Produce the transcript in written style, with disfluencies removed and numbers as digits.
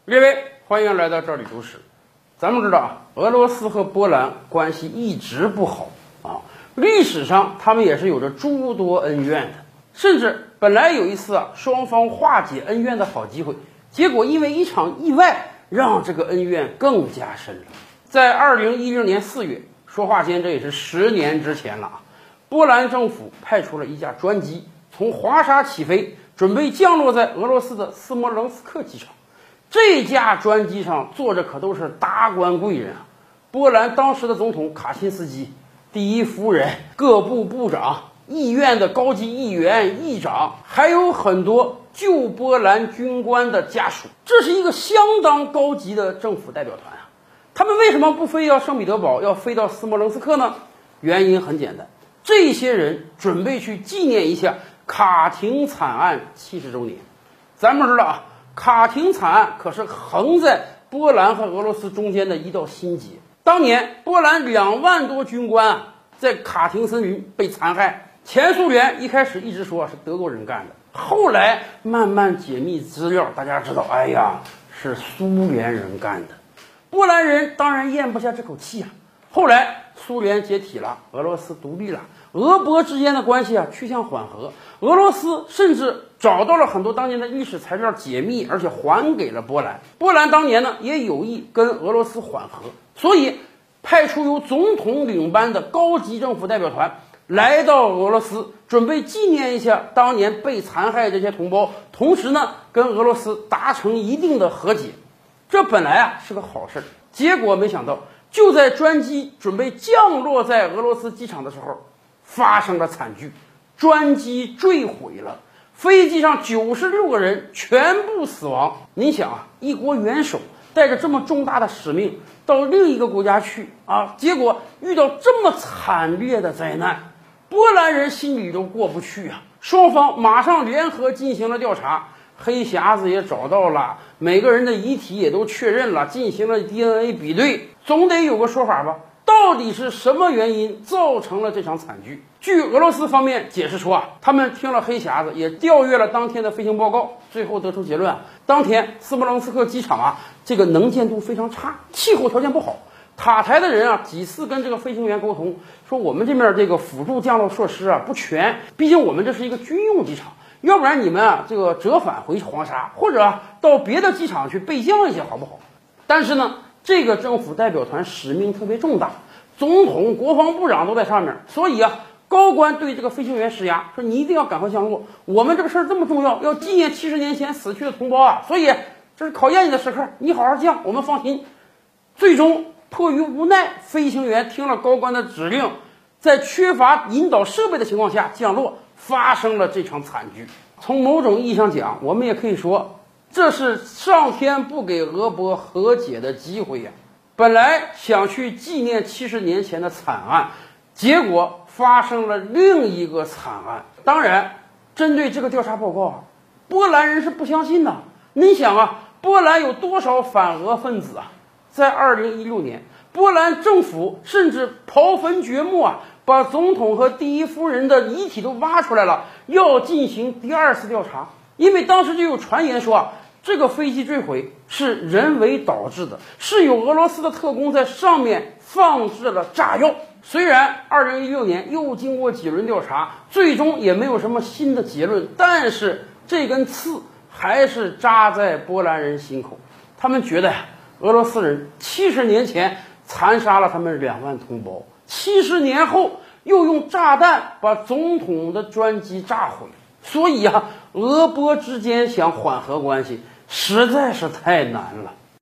各位，欢迎来到这里读史。咱们知道啊，俄罗斯和波兰关系一直不好啊，历史上他们也是有着诸多恩怨的，甚至本来有一次啊，双方化解恩怨的好机会，结果因为一场意外，让这个恩怨更加深了。在2010年4月，说话间这也是10年之前了啊，波兰政府派出了一架专机从华沙起飞，准备降落在俄罗斯的斯摩棱斯克机场。这架专机上坐着可都是达官贵人啊，波兰当时的总统卡钦斯基、第一夫人、各部部长、议院的高级议员、议长，还有很多旧波兰军官的家属。这是一个相当高级的政府代表团啊。他们为什么不飞到圣彼得堡，要飞到斯摩棱斯克呢？原因很简单，这些人准备去纪念一下卡廷惨案70周年。咱们知道啊，卡廷惨案可是横在波兰和俄罗斯中间的一道心结。当年波兰2万多军官啊，在卡廷森林被残害。前苏联一开始一直说是德国人干的，后来慢慢解密资料，大家知道，哎呀，是苏联人干的。波兰人当然咽不下这口气啊。后来苏联解体了，俄罗斯独立了，俄波之间的关系啊趋向缓和，俄罗斯甚至找到了很多当年的历史材料解密，而且还给了波兰。波兰当年呢也有意跟俄罗斯缓和，所以派出由总统领班的高级政府代表团来到俄罗斯，准备纪念一下当年被残害这些同胞，同时呢跟俄罗斯达成一定的和解。这本来啊是个好事，结果没想到就在专机准备降落在俄罗斯机场的时候，发生了惨剧，专机坠毁了，飞机上96个人全部死亡。您想啊，一国元首带着这么重大的使命到另一个国家去啊，结果遇到这么惨烈的灾难，波兰人心里都过不去啊。双方马上联合进行了调查，黑匣子也找到了，每个人的遗体也都确认了，进行了 DNA 比对，总得有个说法吧？到底是什么原因造成了这场惨剧？据俄罗斯方面解释说啊，他们听了黑匣子，也调阅了当天的飞行报告，最后得出结论啊，当天斯摩棱斯克机场啊，这个能见度非常差，气候条件不好。塔台的人啊，几次跟这个飞行员沟通，说我们这边这个辅助降落设施啊不全，毕竟我们这是一个军用机场。要不然你们啊，这个折返回黄沙，或者啊到别的机场去备降一些，好不好？但是呢，这个政府代表团使命特别重大，总统、国防部长都在上面，所以啊，高官对这个飞行员施压，说你一定要赶快降落，我们这个事儿这么重要，要纪念70年前死去的同胞啊，所以这是考验你的时刻，你好好降，我们放心。最终迫于无奈，飞行员听了高官的指令，在缺乏引导设备的情况下降落，发生了这场惨剧。从某种意义上讲，我们也可以说，这是上天不给俄波和解的机会呀。本来想去纪念70年前的惨案，结果发生了另一个惨案。当然，针对这个调查报告啊，波兰人是不相信的。你想啊，波兰有多少反俄分子啊？在2016年，波兰政府甚至刨坟掘墓啊，把总统和第一夫人的遗体都挖出来了，要进行第2次调查。因为当时就有传言说啊，这个飞机坠毁是人为导致的，是有俄罗斯的特工在上面放置了炸药。虽然2016年又经过几轮调查，最终也没有什么新的结论，但是这根刺还是扎在波兰人心口。他们觉得呀，俄罗斯人70年前残杀了他们2万同胞，70年后又用炸弹把总统的专机炸毁，所以啊，俄波之间想缓和关系实在是太难了。